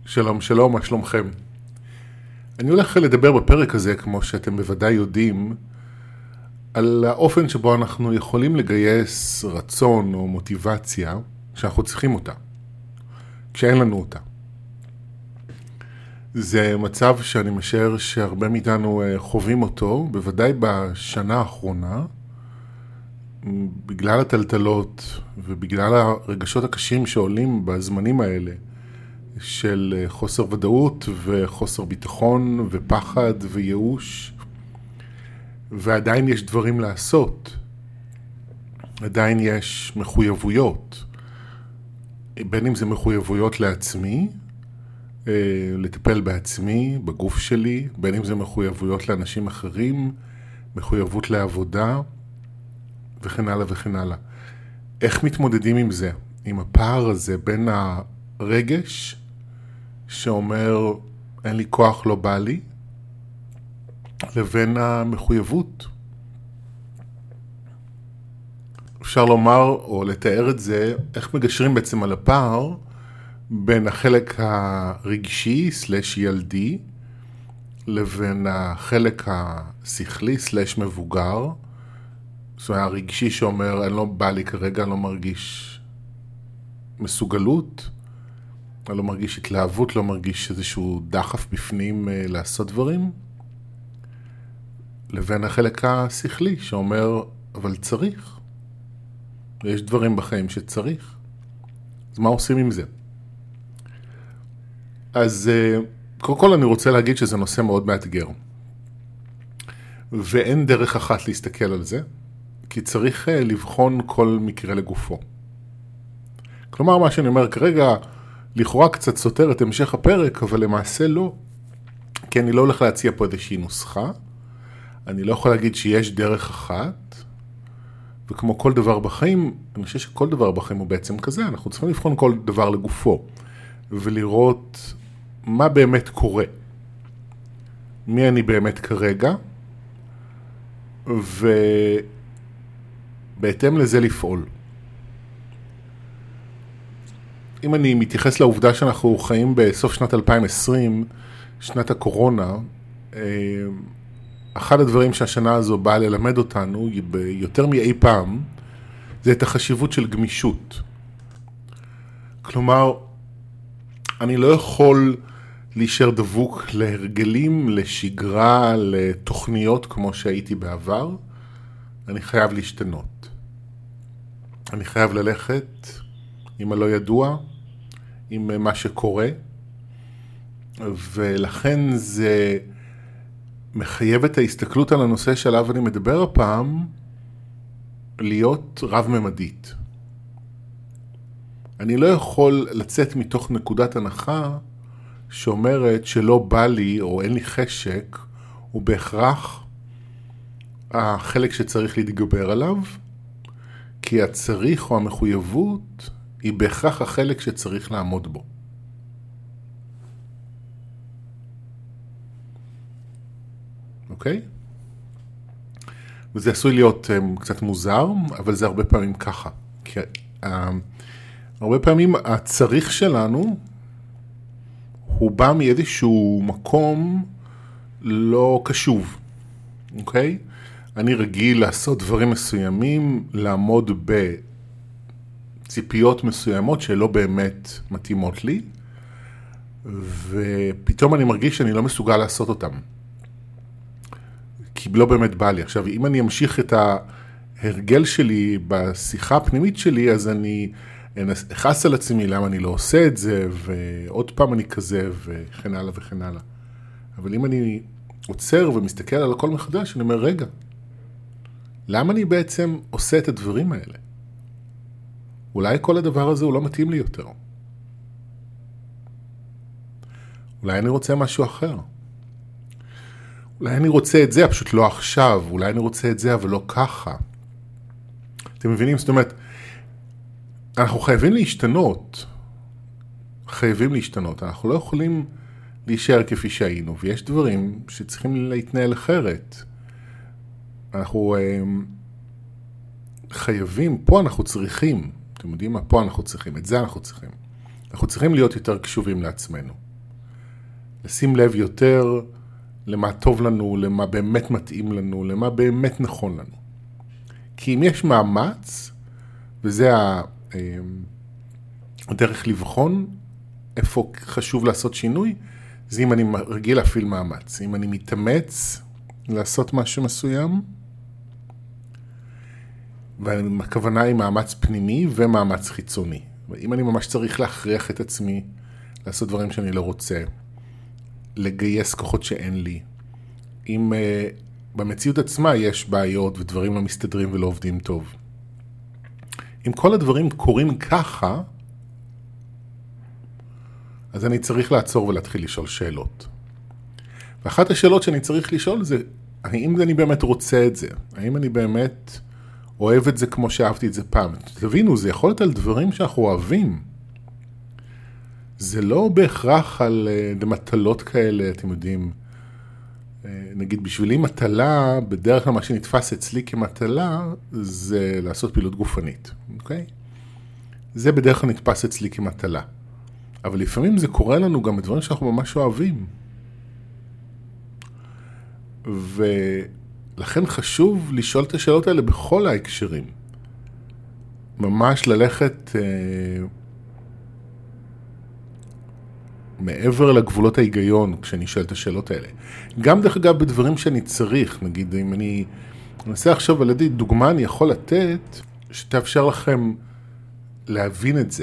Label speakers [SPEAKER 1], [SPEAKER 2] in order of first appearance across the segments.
[SPEAKER 1] שלום, שלום, מה שלומכם? אני הולך לדבר בפרק הזה, כמו שאתם בוודאי יודעים, על האופן שבו אנחנו יכולים לגייס רצון או מוטיבציה שאנחנו צריכים אותה, כשאין לנו אותה. זה מצב שאני משער שהרבה מאיתנו חווים אותו, בוודאי בשנה האחרונה, בגלל הטלטלות ובגלל הרגשות הקשים שעולים בזמנים האלה, של חוסר ודאות וחוסר ביטחון ופחד וייאוש, ועדיין יש דברים לעשות, עדיין יש מחויבויות, בין אם זה מחויבויות לעצמי, לטפל בעצמי, בגוף שלי, בין אם זה מחויבויות לאנשים אחרים, מחויבות לעבודה וכן הלאה וכן הלאה. איך מתמודדים עם זה? עם הפער הזה בין הרגש שאומר אין לי כוח, לא בא לי, לבין המחויבות. אפשר לומר או לתאר את זה, איך מגשרים בעצם על הפער בין החלק הרגשי סלש ילדי לבין החלק השכלי סלש מבוגר. זאת אומרת, הרגשי שאומר אני לא בא לי כרגע, אני לא מרגיש מסוגלות, אני לא מרגיש התלהבות, לא מרגיש איזשהו דחף בפנים לעשות דברים, לבין החלק השכלי שאומר אבל צריך, ויש דברים בחיים שצריך. אז מה עושים עם זה? אז קודם כל אני רוצה להגיד שזה נושא מאוד מאתגר, ואין דרך אחת להסתכל על זה, כי צריך לבחון כל מקרה לגופו. כלומר, מה שאני אומר כרגע לכאורה קצת סותר את המשך הפרק, אבל למעשה לא. כי אני לא הולך להציע פה איזושהי נוסחה, אני לא יכול להגיד שיש דרך אחת, וכמו כל דבר בחיים, אני חושב שכל דבר בחיים הוא בעצם כזה, אנחנו צריכים לבחון כל דבר לגופו, ולראות מה באמת קורה, מי אני באמת כרגע, ובהתאם לזה לפעול. אם אני מתייחס לעובדה שאנחנו חיים בסוף שנת 2020, שנת הקורונה, אחד הדברים שהשנה הזו באה ללמד אותנו, יותר מאי פעם, זה את החשיבות של גמישות. כלומר, אני לא יכול להישאר דבוק להרגלים, לשגרה, לתוכניות כמו שהייתי בעבר. אני חייב להשתנות. אני חייב ללכת עם הלא ידוע, עם מה שקורה, ולכן זה מחייב את ההסתכלות על הנושא שעליו אני מדבר הפעם, להיות רב-ממדית. אני לא יכול לצאת מתוך נקודת הנחה שאומרת שלא בא לי או אין לי חשק, הוא בהכרח החלק שצריך להתגבר עליו, כי הצריך או המחויבות היא בהכרח החלק שצריך לעמוד בו. אוקיי? וזה עשוי להיות קצת מוזר, אבל זה הרבה פעמים ככה. כי הרבה פעמים הצריך שלנו הוא בא מאיזשהו מקום לא קשוב. אוקיי? אני רגיל לעשות דברים מסוימים, לעמוד בציפיות מסוימות שלא באמת מתאימות לי, ופתאום אני מרגיש שאני לא מסוגל לעשות אותם. כי לא באמת בא לי. עכשיו, אם אני אמשיך את ההרגל שלי בשיחה הפנימית שלי, אז אני אכעס על עצמי למה אני לא עושה את זה, ועוד פעם אני כזה, וכן הלאה וכן הלאה. אבל אם אני עוצר ומסתכל על הכל מחדש, אני אומר, רגע, למה אני בעצם עושה את הדברים האלה? אולי כל הדבר הזה הוא לא מתאים לי יותר. אולי אני רוצה משהו אחר. אולי אני רוצה את זה, פשוט לא עכשיו. אולי אני רוצה את זה, אבל לא ככה. אתם מבינים? זאת אומרת, אנחנו חייבים להשתנות. חייבים להשתנות. אנחנו לא יכולים להישאר כפי שהיינו, ויש דברים שצריכים להתנהל אחרת. אנחנו חייבים, פה אנחנו צריכים, אתם יודעים מה? פה אנחנו צריכים, את זה אנחנו צריכים. אנחנו צריכים להיות יותר קשובים לעצמנו. לשים לב יותר למה טוב לנו, למה באמת מתאים לנו, למה באמת נכון לנו. כי אם יש מאמץ, וזה הדרך לבחון איפה חשוב לעשות שינוי, זה אם אני רגיל להפעיל מאמץ. אם אני מתאמץ לעשות משהו מסוים, והכוונה היא מאמץ פנימי ומאמץ חיצוני. אם אני ממש צריך להכריח את עצמי לעשות דברים שאני לא רוצה, לגייס כוחות שאין לי, אם במציאות עצמה יש בעיות ודברים לא מסתדרים ולא עובדים טוב. אם כל הדברים קורים ככה, אז אני צריך לעצור ולהתחיל לשאול שאלות. ואחת השאלות שאני צריך לשאול זה, האם אני באמת רוצה את זה? האם אני באמת אוהב את זה כמו שאהבתי את זה פעם? תבינו, זה יכול להיות על דברים שאנחנו אוהבים. זה לא בהכרח על מטלות כאלה, אתם יודעים. נגיד, בשבילי מטלה, בדרך כלל מה שנתפס אצלי כמטלה, זה לעשות פעילות גופנית. אוקיי? זה בדרך כלל נתפס אצלי כמטלה. אבל לפעמים זה קורה לנו גם בדברים שאנחנו ממש אוהבים. ולכן חשוב לשאול את השאלות האלה בכל ההקשרים. ממש ללכת מעבר לגבולות ההיגיון כשאני שואל את השאלות האלה. גם דרך אגב בדברים שאני צריך, נגיד אם אני אנסה עכשיו על ידי דוגמה אני יכול לתת שתאפשר לכם להבין את זה.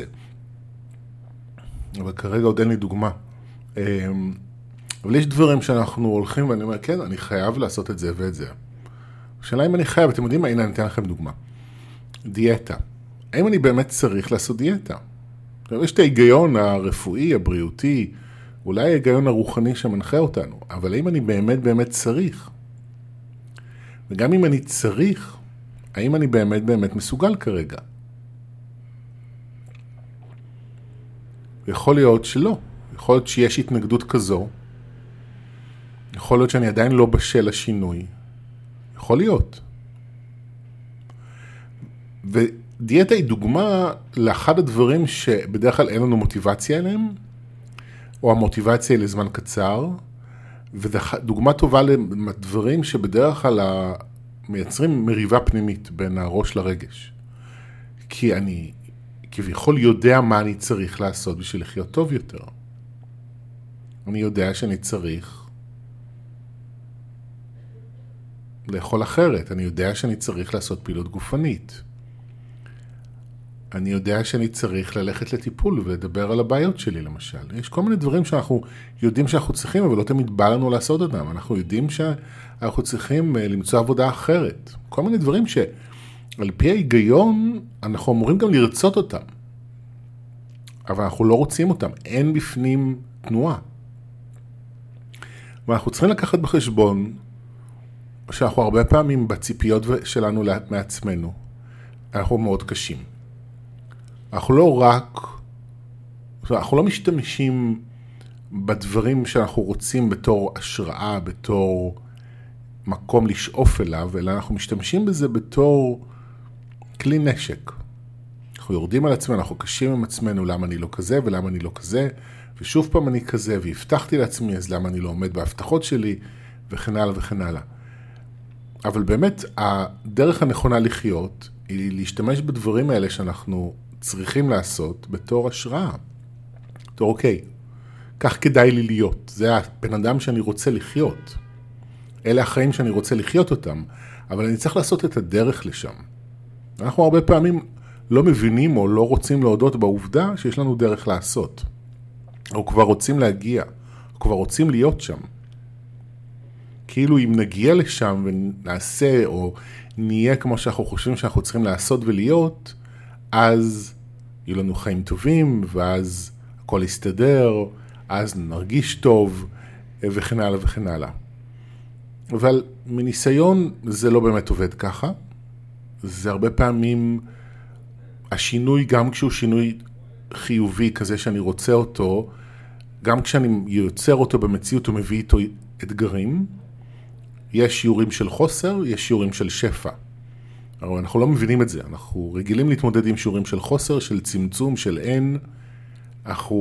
[SPEAKER 1] אבל כרגע עוד אין לי דוגמה. אבל יש דברים שאנחנו הולכים ואני אומר, כן, אני חייב לעשות את זה ואת זה. השאלה אם אני חייב, אתם יודעים מה? הנה, אני אתן לכם דוגמה. דיאטה. האם אני באמת צריך לעשות דיאטה? יש את ההיגיון הרפואי, הבריאותי, אולי ההיגיון הרוחני שמנחה אותנו, אבל האם אני באמת צריך? וגם אם אני צריך, האם אני באמת מסוגל כרגע? יכול להיות שלא. יכול להיות שיש התנגדות כזו. יכול להיות שאני עדיין לא בשל השינוי. יכול להיות. ודיאטה היא דוגמה לאחד הדברים שבדרך כלל אין לנו מוטיבציה אליהם, או המוטיבציה היא לזמן קצר, ודוגמה טובה לדברים שבדרך כלל מייצרים מריבה פנימית בין הראש לרגש. כי אני כביכול יודע מה אני צריך לעשות בשביל לחיות טוב יותר. אני יודע שאני צריך לאכול אחרת. אני יודע שאני צריך לעשות פעילות גופנית. אני יודע שאני צריך ללכת לטיפול ולדבר על הבעיות שלי למשל. יש כל מיני דברים שאנחנו יודעים שאנחנו צריכים, אבל לא תמיד בא לנו לעשות אותם. אנחנו יודעים שאנחנו צריכים למצוא עבודה אחרת. כל מיני דברים שעל פי ההיגיון אנחנו אמורים גם לרצות אותם. אבל אנחנו לא רוצים אותם. אין בפנים תנועה. ואנחנו צריכים לקחת בחשבון שאנחנו הרבה פעמים בציפיות שלנו מעצמנו, אנחנו מאוד קשים. אנחנו לא משתמשים בדברים שאנחנו רוצים בתור השראה, בתור מקום לשאוף אליו, אלא אנחנו משתמשים בזה בתור כלי נשק. אנחנו יורדים על עצמנו, אנחנו קשים עם עצמנו, למה אני לא כזה ולמה אני לא כזה, ושוב פעם אני כזה, והבטחתי לעצמי, אז למה אני לא עומד בהבטחות שלי, וכן הלאה וכן הלאה. אבל באמת, הדרך הנכונה לחיות, היא להשתמש בדברים האלה שאנחנו צריכים לעשות בתור השראה. בתור אוקיי, כך כדאי לי להיות. זה הבן אדם שאני רוצה לחיות. אלה החיים שאני רוצה לחיות אותם, אבל אני צריך לעשות את הדרך לשם. אנחנו הרבה פעמים לא מבינים או לא רוצים להודות בעובדה שיש לנו דרך לעשות. או כבר רוצים להגיע, או כבר רוצים להיות שם. כאילו אם נגיע לשם ונעשה או נהיה כמו שאנחנו חושבים שאנחנו צריכים לעשות ולהיות, אז יהיו לנו חיים טובים, ואז הכל יסתדר, אז נרגיש טוב, וכן הלאה וכן הלאה. אבל מניסיון זה לא באמת עובד ככה. זה הרבה פעמים השינוי, גם כשהוא שינוי חיובי כזה שאני רוצה אותו, גם כשאני יוצר אותו במציאות ומביא איתו אתגרים, יש שיעורים של חוסר, יש שיעורים של שפע. אבל אנחנו לא מבינים את זה. אנחנו רגילים להתמודד עם שיעורים של חוסר, של צמצום, של אין. אנחנו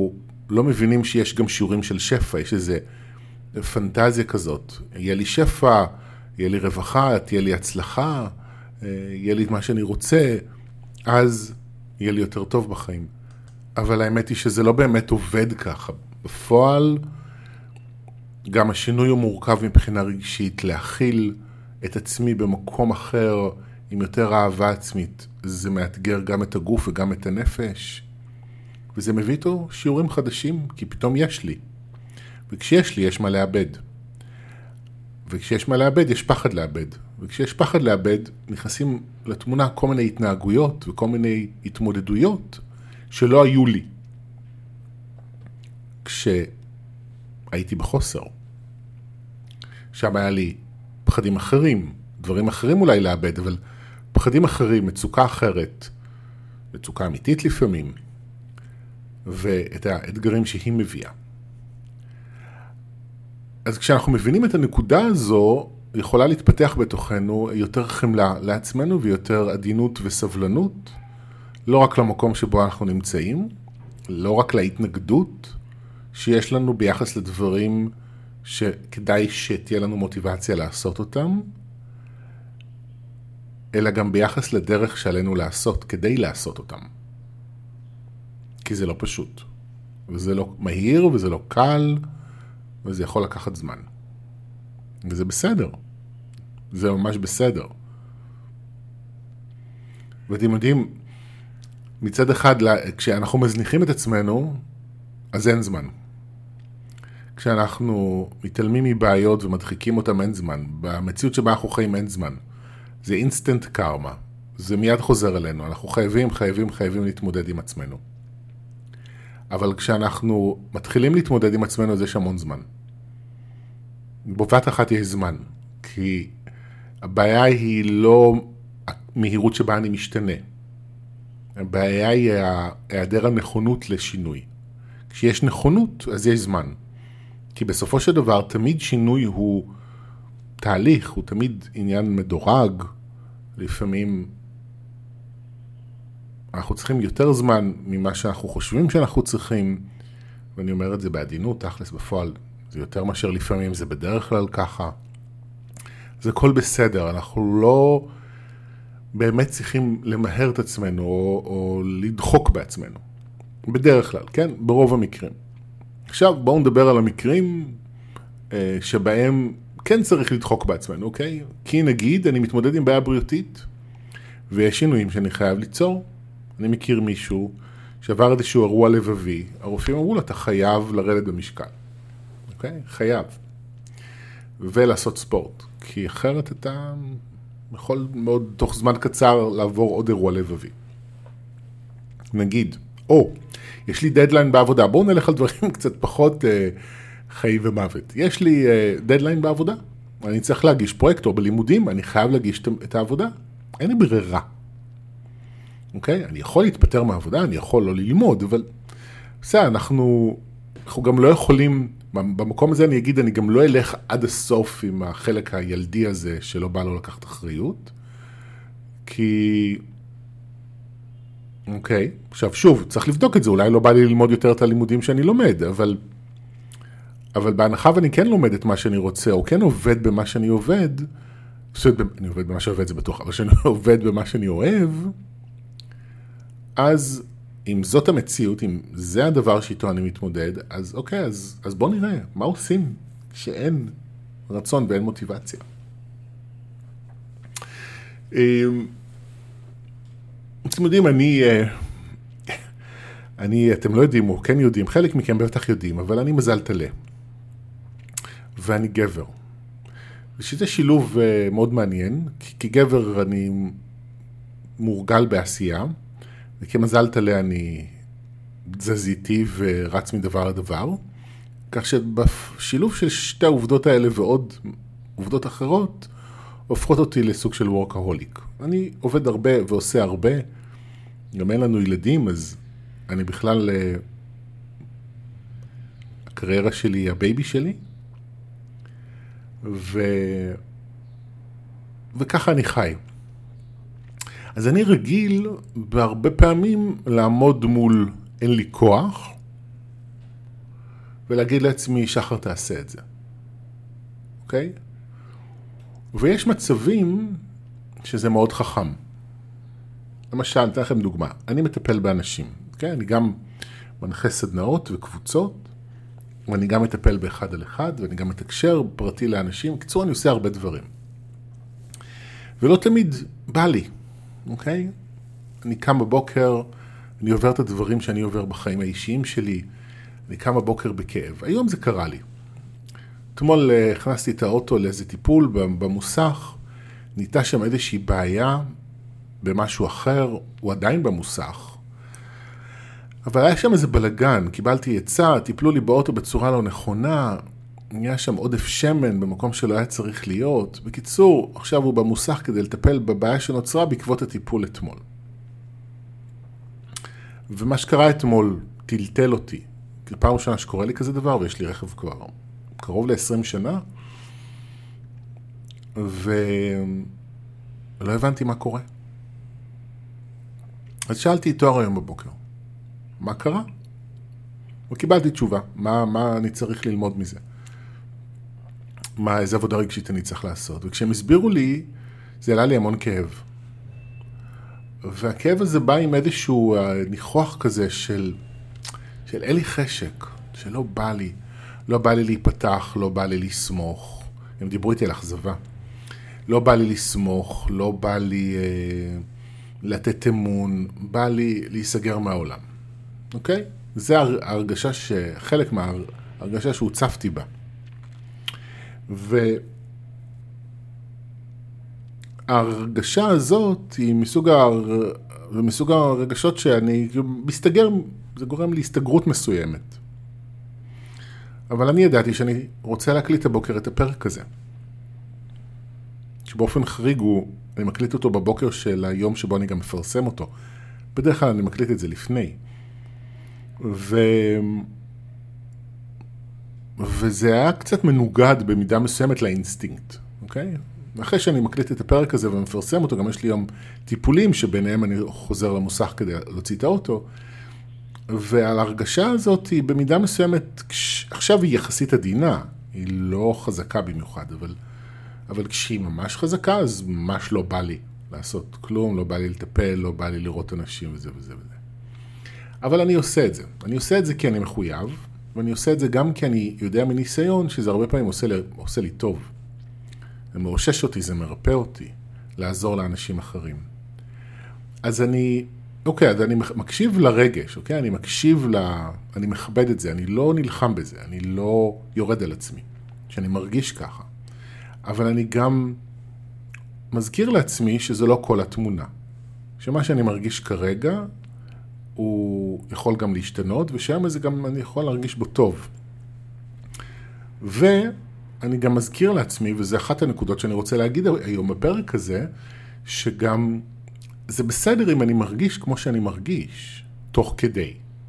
[SPEAKER 1] לא מבינים שיש גם שיעורים של שפע, יש איזו פנטזיה כזאת. יהיה לי שפע, יהיה לי רווחה, תהיה לי הצלחה, יהיה לי את מה שאני רוצה, אז יהיה לי יותר טוב בחיים. אבל האמת היא שזה לא באמת עובד ככה. בפועל, גם השינוי הוא מורכב מבחינה רגשית, להכיל את עצמי במקום אחר, עם יותר אהבה עצמית. זה מאתגר גם את הגוף וגם את הנפש. וזה מביא איתו שיעורים חדשים, כי פתאום יש לי. וכשיש לי, יש מה לאבד. וכשיש מה לאבד, יש פחד לאבד. וכשיש פחד לאבד, נכנסים לתמונה כל מיני התנהגויות וכל מיני התמודדויות שלא היו לי. כשהייתי בחוסר. שם היה לי פחדים אחרים, דברים אחרים אולי לאבד, אבל פחדים אחרים, מצוקה אחרת, מצוקה אמיתית לפעמים, ואת האתגרים שהיא מביאה. אז כשאנחנו מבינים את הנקודה הזו, יכולה להתפתח בתוכנו יותר חמלה לעצמנו ויותר עדינות וסבלנות, לא רק למקום שבו אנחנו נמצאים, לא רק להתנגדות שיש לנו ביחס לדברים שכדאי שתהיה לנו מוטיבציה לעשות אותם, אלא גם ביחס לדרך שעלינו לעשות כדי לעשות אותם. כי זה לא פשוט, וזה לא מהיר וזה לא קל, וזה יכול לקחת זמן. וזה בסדר. זה ממש בסדר. ואתם יודעים, מצד אחד, כשאנחנו מזניחים את עצמנו, אז אין זמן. כשאנחנו מתעלמים מבעיות ומדחיקים אותם, אין זמן. במציאות שבה אנחנו חיים אין זמן. זה אינסטנט קארמה. זה מיד חוזר אלינו. אנחנו חייבים להתמודד עם עצמנו. אבל כשאנחנו מתחילים להתמודד עם עצמנו, אז יש המון זמן. בבת אחת יש זמן. כי הבעיה היא לא המהירות שבה אני משתנה. הבעיה היא היעדר הנכונות לשינוי. כשיש נכונות, אז יש זמן. כי בסופו של דבר, תמיד שינוי הוא תהליך, הוא תמיד עניין מדורג. לפעמים אנחנו צריכים יותר זמן ממה שאנחנו חושבים שאנחנו צריכים, ואני אומר את זה בעדינות, תכלס בפועל, זה יותר מאשר לפעמים, זה בדרך כלל ככה. זה כל בסדר, אנחנו לא באמת צריכים למהר את עצמנו, או לדחוק בעצמנו. בדרך כלל, כן? ברוב המקרים. עכשיו בואו נדבר על המקרים שבהם כן צריך לדחוק בעצמנו, אוקיי? כי נגיד, אני מתמודד עם בעיה בריאותית, ויש שינויים שאני חייב ליצור. אני מכיר מישהו שעבר איזשהו אירוע לבבי, הרופאים אמרו לו, אתה חייב לרדת במשקל. אוקיי? חייב. ולעשות ספורט. כי אחרת אתה יכול מאוד תוך זמן קצר לעבור עוד אירוע לבבי. נגיד, יש לי דדליין בעבודה. בואו נלך על דברים קצת פחות חיים ומוות. יש לי דדליין בעבודה. אני צריך להגיש פרויקט או בלימודים, אני חייב להגיש את העבודה. אין לי ברירה. אוקיי? אני יכול להתפטר מהעבודה, אני יכול לא ללמוד, אבל בסדר, אנחנו גם לא יכולים, במקום הזה אני אגיד, אני גם לא אלך עד הסוף עם החלק הילדי הזה שלא בא לו לקחת אחריות, כי אוקיי, עכשיו שוב, צריך לבדוק את זה, אולי לא בא לי ללמוד יותר את הלימודים שאני לומד, אבל בהנחה ואני כן לומד את מה שאני רוצה, או כן עובד במה שאני עובד, אני עובד במה שעובד זה בטוח, אבל שאני עובד במה שאני אוהב, אז אם זאת המציאות, אם זה הדבר שאיתו אני מתמודד, אז אוקיי, אז בוא נראה, מה עושים שאין רצון ואין מוטיבציה. אתם יודעים, אתם לא יודעים, או כן יודעים, חלק מכם בטח יודעים, אבל אני מזל תלה. ואני גבר. ושזה שילוב מאוד מעניין, כי כגבר אני מורגל בעשייה, וכמזל תלה אני תזזיתי ורץ מדבר לדבר, כך שבשילוב של שתי העובדות האלה ועוד עובדות אחרות, הופכות אותי לסוג של וורקהוליק. אני עובד הרבה ועושה הרבה, גם אין לנו ילדים, אז אני בכלל, הקריירה שלי היא הבייבי שלי, וככה אני חי. אז אני רגיל בהרבה פעמים לעמוד מול אין לי כוח, ולהגיד לעצמי, שחר תעשה את זה. אוקיי? ויש מצבים שזה מאוד חכם. למשל, אני אתן לכם דוגמה. אני מטפל באנשים. אוקיי? אני גם מנחה סדנאות וקבוצות, ואני גם מטפל באחד על אחד, ואני גם מתקשר פרטי לאנשים. בקיצור, אני עושה הרבה דברים. ולא תמיד בא לי. אוקיי? אני קם בבוקר, אני עובר את הדברים שאני עובר בחיים האישיים שלי, אני קם בבוקר בכאב. היום זה קרה לי. אתמול הכנסתי את האוטו לאיזה טיפול במוסך, נהייתה שם איזושהי בעיה במשהו אחר, הוא עדיין במוסך, אבל היה שם איזה בלגן, קיבלתי עצה, טיפלו לי באוטו בצורה לא נכונה, נהיה שם עודף שמן במקום שלא היה צריך להיות. בקיצור, עכשיו הוא במוסך כדי לטפל בבעיה שנוצרה בעקבות הטיפול אתמול. ומה שקרה אתמול טלטל אותי. פעם ראשונה שקורה לי כזה דבר, ויש לי רכב כבר קרוב ל-20 שנה, ולא הבנתי מה קורה. אז שאלתי איתו היום בבוקר, מה קרה? וקיבלתי תשובה, מה אני צריך ללמוד מזה? איזה עבודה רגשית אני צריך לעשות? וכשהם הסבירו לי, זה עלה לי המון כאב. והכאב הזה בא עם איזשהו ניחוח כזה של אין לי חשק, שלא בא לי. לא בא לי להיפתח, לא בא לי לסמוך. הם דיברו איתי על אכזבה. לא בא לי לסמוך, לא בא לי לתת אמון, בא לי להיסגר מהעולם. אוקיי? זה ההרגשה חלק מההרגשה שהוצפתי בה. וההרגשה הזאת היא מסוג הרגשות שאני מסתגר, זה גורם להסתגרות מסוימת. אבל אני ידעתי שאני רוצה להקליט הבוקר את הפרק הזה. שבאופן חריג אני מקליט אותו בבוקר של היום שבו אני גם מפרסם אותו. בדרך כלל אני מקליט את זה לפני. וזה היה קצת מנוגד במידה מסוימת לאינסטינקט. אוקיי? אחרי שאני מקליט את הפרק הזה ומפרסם אותו, גם יש לי יום טיפולים שביניהם אני חוזר למוסך כדי להוציא את האוטו. ועל ההרגשה הזאת היא במידה מסוימת, עכשיו היא יחסית עדינה, היא לא חזקה במיוחד, אבל כשהיא ממש חזקה, אז ממש לא בא לי לעשות כלום, לא בא לי לטפל, לא בא לי לראות אנשים וזה וזה וזה. אבל אני עושה את זה. אני עושה את זה כי אני מחויב, ואני עושה את זה גם כי אני יודע מניסיון שזה הרבה פעמים עושה לי טוב. זה מרושש אותי, זה מרפא אותי, לעזור לאנשים אחרים. אז אני מקשיב לרגש, אוקיי? אני מכבד את זה, אני לא נלחם בזה, אני לא יורד על עצמי, שאני מרגיש ככה. אבל אני גם מזכיר לעצמי שזה לא כל התמונה. שמה שאני מרגיש כרגע, הוא יכול גם להשתנות, ושם זה גם אני יכול להרגיש בו טוב. ואני גם מזכיר לעצמי, וזה אחת הנקודות שאני רוצה להגיד היום בפרק הזה, שגם זה בסדר אם אני מרגיש כמו שאני מרגיש, תוך כדי.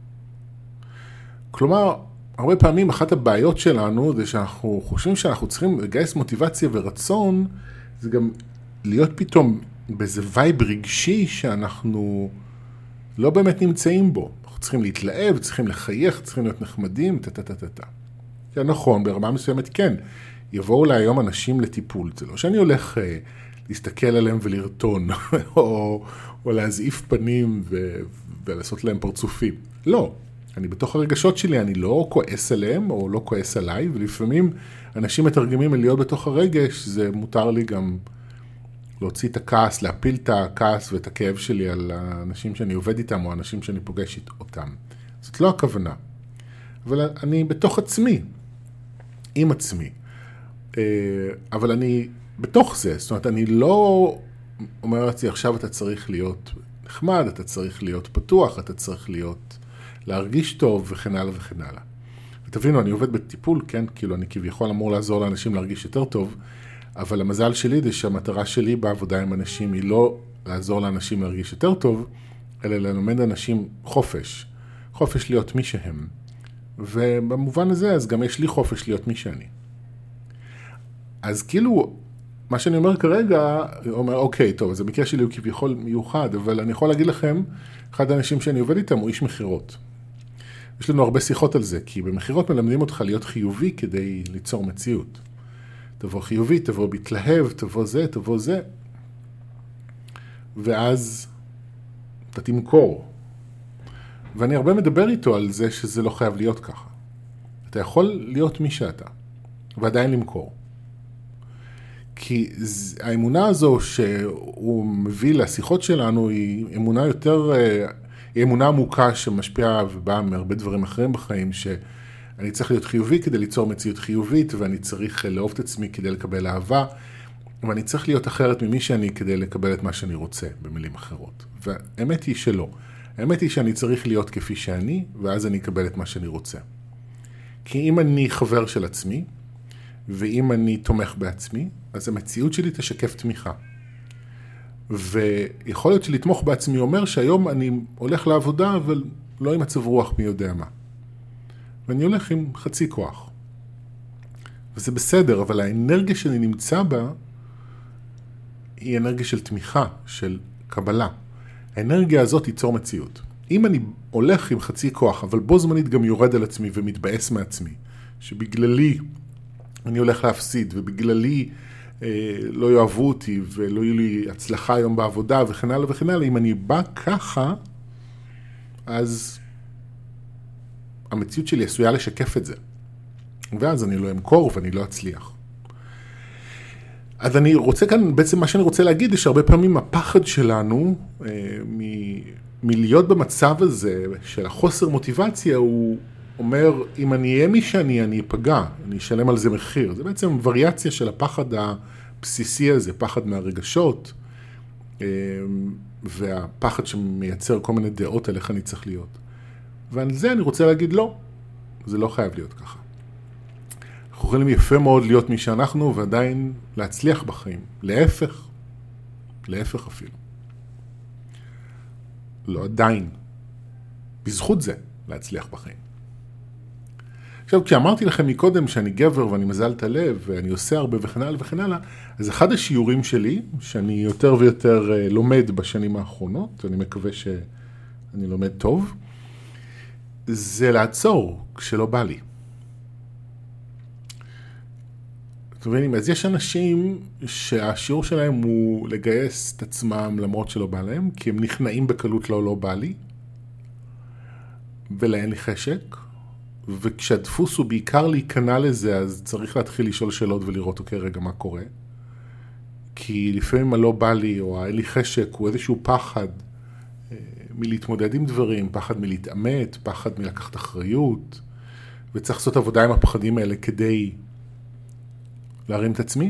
[SPEAKER 1] כלומר, הרבה פעמים אחת הבעיות שלנו, זה שאנחנו חושבים שאנחנו צריכים לגייס מוטיבציה ורצון, זה גם להיות פתאום באיזה וייב רגשי שאנחנו לא באמת נמצאים בו. אנחנו צריכים להתלהב, צריכים לחייך, צריכים להיות נחמדים, זה נכון, ברמה מסוימת כן. יבואו להיום אנשים לטיפול, זה לא שאני הולך להסתכל עליהם ולרטון, או להזעיף פנים ולעשות להם פרצופים. לא. אני בתוך הרגשות שלי, אני לא כועס עליהם, או לא כועס עליי, ולפעמים אנשים מתרגמים על להיות בתוך הרגש, זה מותר לי גם להוציא את הכעס, להפיל את הכעס ואת הכאב שלי על האנשים שאני עובד איתם, או האנשים שאני פוגש אותם. זאת לא הכוונה. אבל אני בתוך עצמי, עם עצמי. אבל אני בתוך זה, זאת אומרת, אני לא אומר לעצמי, עכשיו אתה צריך להיות נחמד, אתה צריך להיות פתוח, אתה צריך להרגיש טוב וכן הלאה וכן הלאה. ותבינו, אני עובד בטיפול, כן? כאילו אני כביכול אמור לעזור לאנשים להרגיש יותר טוב, אבל המזל שלי זה שהמטרה שלי בעבודה עם אנשים היא לא לעזור לאנשים להרגיש יותר טוב, אלא ללמד אנשים חופש. חופש להיות מי שהם. ובמובן הזה, אז גם יש לי חופש להיות מי שאני. אז כאילו, מה שאני אומר כרגע, אומר, אוקיי, טוב, אז המקרה שלי הוא כביכול מיוחד, אבל אני יכול להגיד לכם, אחד האנשים שאני עובד איתם הוא איש מחירות. יש לנו הרבה שיחות על זה, כי במחירות מלמדים אותך להיות חיובי כדי ליצור מציאות. תבוא חיובי, תבוא מתלהב, תבוא זה, ואז אתה תמכור. ואני הרבה מדבר איתו על זה שזה לא חייב להיות ככה. אתה יכול להיות מי שאתה, ועדיין למכור. כי האמונה הזו שהוא מביא לשיחות שלנו היא אמונה יותר, היא אמונה עמוקה שמשפיעה ובאה מהרבה דברים אחרים בחיים, שאני צריך להיות חיובי כדי ליצור מציאות חיובית, ואני צריך לאהוב את עצמי כדי לקבל אהבה, ואני צריך להיות אחרת ממי שאני כדי לקבל את מה שאני רוצה, במילים אחרות. והאמת היא שלא. האמת היא שאני צריך להיות כפי שאני, ואז אני אקבל את מה שאני רוצה. כי אם אני חבר של עצמי, ואם אני תומך בעצמי, אז המציאות שלי תשקף תמיכה. ויכול להיות שלתמוך בעצמי אומר שהיום אני הולך לעבודה, אבל לא עם מצב רוח מי יודע מה. ואני הולך עם חצי כוח. וזה בסדר, אבל האנרגיה שאני נמצא בה, היא אנרגיה של תמיכה, של קבלה. האנרגיה הזאת תיצור מציאות. אם אני הולך עם חצי כוח, אבל בו זמנית גם יורד על עצמי ומתבאס מעצמי, שבגללי אני הולך להפסיד, ובגללי לא יאהבו אותי, ולא יהיו לי הצלחה היום בעבודה, וכן הלאה וכן הלאה, אם אני בא ככה, אז המציאות שלי עשויה לשקף את זה. ואז אני לא אמכור ואני לא אצליח. אז אני רוצה כאן, בעצם מה שאני רוצה להגיד, יש הרבה פעמים הפחד שלנו מלהיות במצב הזה של החוסר מוטיבציה, הוא אומר, אם אני אהיה מי שאני, אני אפגע, אני אשלם על זה מחיר. זה בעצם וריאציה של הפחד הבסיסי הזה, פחד מהרגשות, והפחד שמייצר כל מיני דעות על איך אני צריך להיות. ועל זה אני רוצה להגיד, לא, זה לא חייב להיות ככה. אנחנו יכולים יפה מאוד להיות מי שאנחנו, ועדיין להצליח בחיים. להפך אפילו. לא עדיין. בזכות זה להצליח בחיים. עכשיו, כשאמרתי לכם מקודם שאני גבר ואני מזל את הלב ואני עושה הרבה וכן הלאה וכן הלאה, אז אחד השיעורים שלי, שאני יותר ויותר לומד בשנים האחרונות, אני מקווה שאני לומד טוב, זה לעצור כשלא בא לי. אז יש אנשים שהשיעור שלהם הוא לגייס את עצמם למרות שלא בא להם, כי הם נכנעים בקלות לא בא לי, ולאין לי חשק, וכשהדפוס הוא בעיקר להיכנע לזה, אז צריך להתחיל לשאול שאלות ולראות אוקיי רגע מה קורה, כי לפעמים הלא בא לי או אין לי חשק הוא איזשהו פחד מלהתמודד עם דברים, פחד מלהתאמת, פחד מלקחת אחריות, וצריך לעשות עבודה עם הפחדים האלה כדי להרים את עצמי.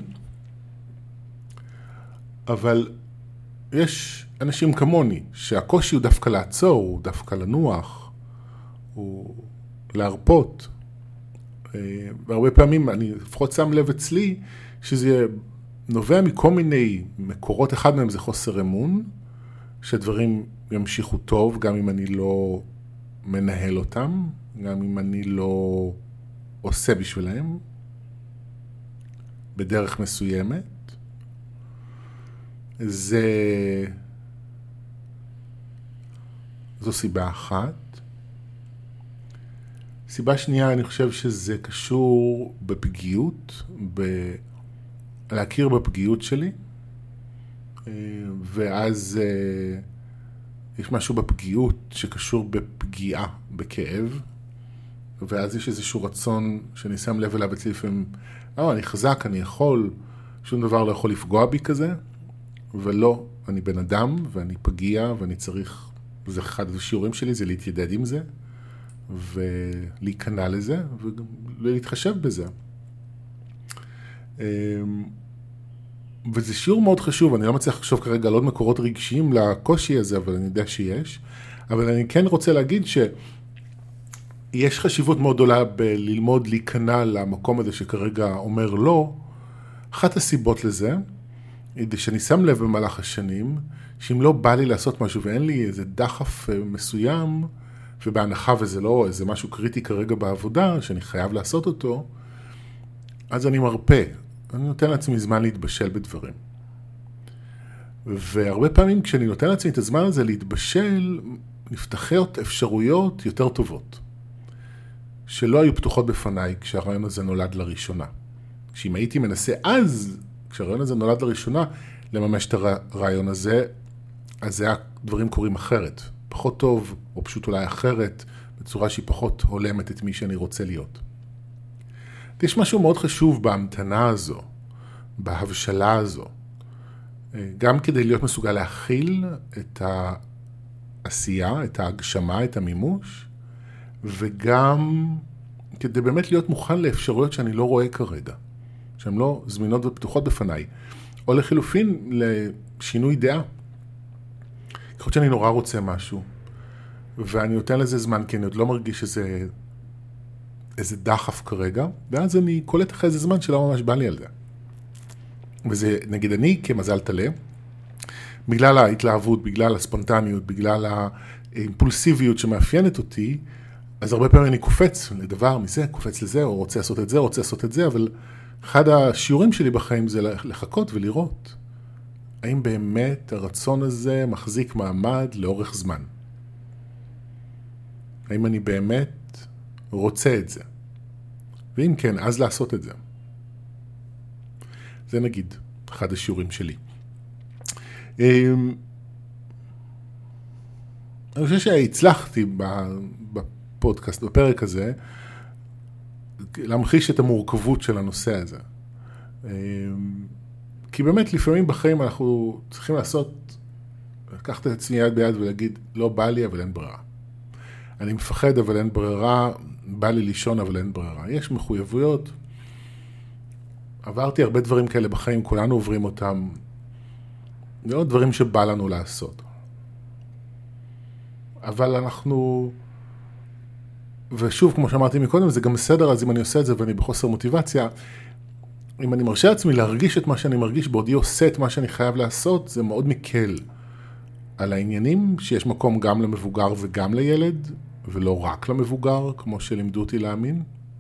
[SPEAKER 1] אבל יש אנשים כמוני שהקושי הוא דווקא לעצור, הוא דווקא לנוח, הוא להרפות. והרבה פעמים אני לפחות שם לב אצלי שזה נובע מכל מיני מקורות. אחד מהם זה חוסר אמון, שדברים ימשיכו טוב גם אם אני לא מנהל אותם, גם אם אני לא עושה בשבילהם בדרך מסוימת. זו סיבה אחת. סיבה שנייה, אני חושב שזה קשור בפגיעות, להכיר בפגיעות שלי, ואז יש משהו בפגיעות שקשור בפגיעה, בכאב, ואז יש איזשהו רצון שאני שם לב אליו אצלי לפעמים, אני חזק, אני יכול, שום דבר לא יכול לפגוע בי כזה, ולא, אני בן אדם ואני פגיע ואני צריך, וזה אחד השיעורים שלי, זה להתיידד עם זה, ולהיכנע לזה, ולהתחשב בזה. וזה שיעור מאוד חשוב, אני לא מצליח לחשוב כרגע על עוד מקורות רגשיים לקושי הזה, אבל אני יודע שיש. אבל אני כן רוצה להגיד שיש חשיבות מאוד גדולה בללמוד להיכנע למקום הזה שכרגע אומר לא. אחת הסיבות לזה, שאני שם לב במהלך השנים, שאם לא בא לי לעשות משהו ואין לי איזה דחף מסוים, ובהנחה וזה לא איזה משהו קריטי כרגע בעבודה, שאני חייב לעשות אותו, אז אני מרפא. אני נותן לעצמי זמן להתבשל בדברים. והרבה פעמים כשאני נותן לעצמי את הזמן הזה להתבשל, נפתחות אפשרויות יותר טובות. שלא היו פתוחות בפניי כשהרעיון הזה נולד לראשונה. כשאם הייתי מנסה אז, כשהרעיון הזה נולד לראשונה, לממש את הרעיון הזה, אז דברים קורים אחרת. פחות טוב, או פשוט אולי אחרת, בצורה שהיא פחות הולמת את מי שאני רוצה להיות. יש משהו מאוד חשוב בהמתנה הזו, בהבשלה הזו. גם כדי להיות מסוגל להכיל את העשייה, את ההגשמה, את המימוש, וגם כדי באמת להיות מוכן לאפשרויות שאני לא רואה כרגע, שהן לא זמינות ופתוחות בפניי, או לחילופין לשינוי דעה. ככל שאני נורא רוצה משהו, ואני נותן לזה זמן, כי אני עוד לא מרגיש איזה דחף כרגע, ואז אני קולט אחרי איזה זמן שלא ממש בא לי על זה. וזה, נגיד אני כמזל תלה, בגלל ההתלהבות, בגלל הספונטניות, בגלל האימפולסיביות שמאפיינת אותי, אז הרבה פעמים אני קופץ לדבר מזה, קופץ לזה, או רוצה לעשות את זה, או רוצה לעשות את זה, אבל אחד השיעורים שלי בחיים זה לחכות ולראות האם באמת הרצון הזה מחזיק מעמד לאורך זמן. האם אני באמת רוצה את זה. ואם כן, אז לעשות את זה. זה נגיד אחד השיעורים שלי. אני חושב שהצלחתי בפודקאסט, בפרק הזה, להמחיש את המורכבות של הנושא הזה. כי באמת לפעמים בחיים אנחנו צריכים לקחת את עצמי יד ביד ולהגיד, לא בא לי אבל אין ברירה. אני מפחד אבל אין ברירה, בא לי לישון אבל אין ברירה. יש מחויבויות. עברתי הרבה דברים כאלה בחיים, כולנו עוברים אותם. זה לא דברים שבא לנו לעשות. אבל אנחנו, ושוב, כמו שאמרתי מקודם, זה גם בסדר, אז אם אני עושה את זה ואני בחוסר מוטיבציה, אם אני מרשה לעצמי להרגיש את מה שאני מרגיש, בעודי עושה את מה שאני חייב לעשות, זה מאוד מקל על העניינים, שיש מקום גם למבוגר וגם לילד, ולא רק למבוגר, כמו שלימדו אותי להאמין.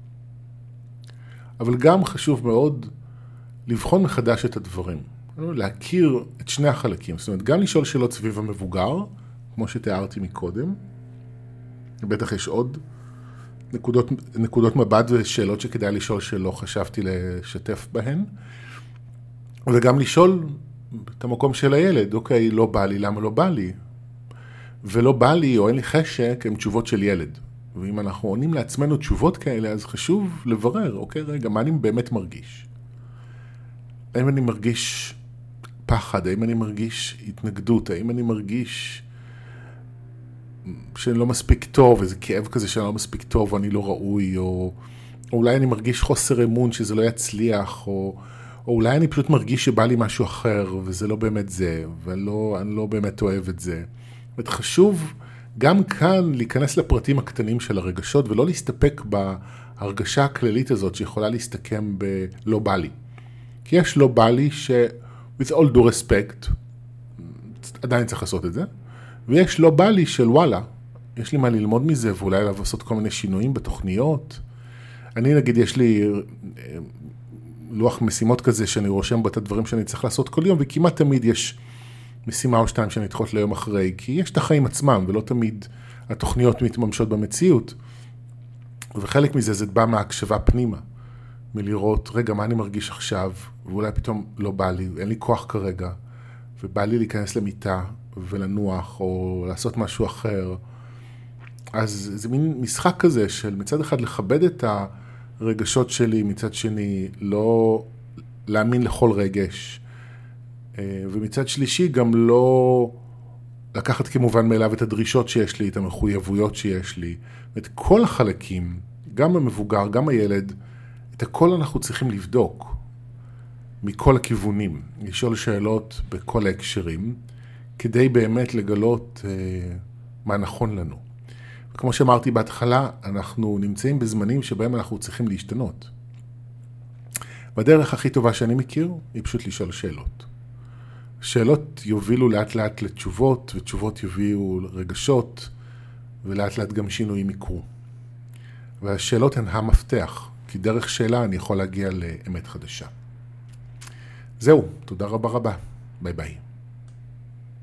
[SPEAKER 1] אבל גם חשוב מאוד לבחון מחדש את הדברים. להכיר את שני החלקים. זאת אומרת, גם לשאול שאלות סביב המבוגר, כמו שתיארתי מקודם. בטח יש עוד נקודות מבט ושאלות שכדאי לשאול שלא חשבתי לשתף בהן. וגם לשאול את המקום של הילד. אוקיי, לא בא לי, למה לא בא לי? ולא בא לי או אין לי חשק, הם תשובות של ילד. ואם אנחנו עונים לעצמנו תשובות כאלה, אז חשוב לברר, אוקיי, רגע, מה אני באמת מרגיש? האם אני מרגיש פחד? האם אני מרגיש התנגדות? האם אני מרגיש שאני לא מספיק טוב, איזה כאב כזה שאני לא מספיק טוב, או אני לא ראוי, או אולי אני מרגיש חוסר אמון שזה לא יצליח, או אולי אני פשוט מרגיש שבא לי משהו אחר, וזה לא באמת זה, ואני לא באמת אוהב את זה. זאת חשוב גם כאן להיכנס לפרטים הקטנים של הרגשות, ולא להסתפק בהרגשה הכללית הזאת שיכולה להסתכם בלא בא לי. כי יש לא בא לי with all due respect, עדיין צריך לעשות את זה, ויש לא בא לי של וואלה, יש לי מה ללמוד מזה, ואולי לעשות כל מיני שינויים בתוכניות. אני נגיד, יש לי לוח משימות כזה שאני רושם בו את הדברים שאני צריך לעשות כל יום, וכמעט תמיד יש משימה או שתיים שאני אדחות ליום אחרי, כי יש את החיים עצמם, ולא תמיד התוכניות מתממשות במציאות. וחלק מזה זה בא מההקשבה פנימה, מלראות, רגע, מה אני מרגיש עכשיו, ואולי פתאום לא בא לי, אין לי כוח כרגע, ובא לי להיכנס למיטה ולנוח, או לעשות משהו אחר. אז זה מין משחק כזה של מצד אחד לכבד את הרגשות שלי, מצד שני לא להאמין לכל רגש, ומצד שלישי גם לא לקחת כמובן מאליו את הדרישות שיש לי, את המחויבויות שיש לי, את כל החלקים, גם המבוגר, גם הילד, את הכל אנחנו צריכים לבדוק מכל הכיוונים, לשאול שאלות בכל ההקשרים, כדי באמת לגלות מה נכון לנו. כמו שאמרתי בהתחלה, אנחנו נמצאים בזמנים שבהם אנחנו צריכים להשתנות. והדרך הכי טובה שאני מכיר היא פשוט לשאול שאלות. שאלות יובילו לאט לאט לתשובות, ותשובות יובילו רגשות, ולאט לאט גם שינויים יקרו. והשאלות הן המפתח, כי דרך שאלה אני יכול להגיע לאמת חדשה. זהו, תודה רבה רבה. ביי ביי.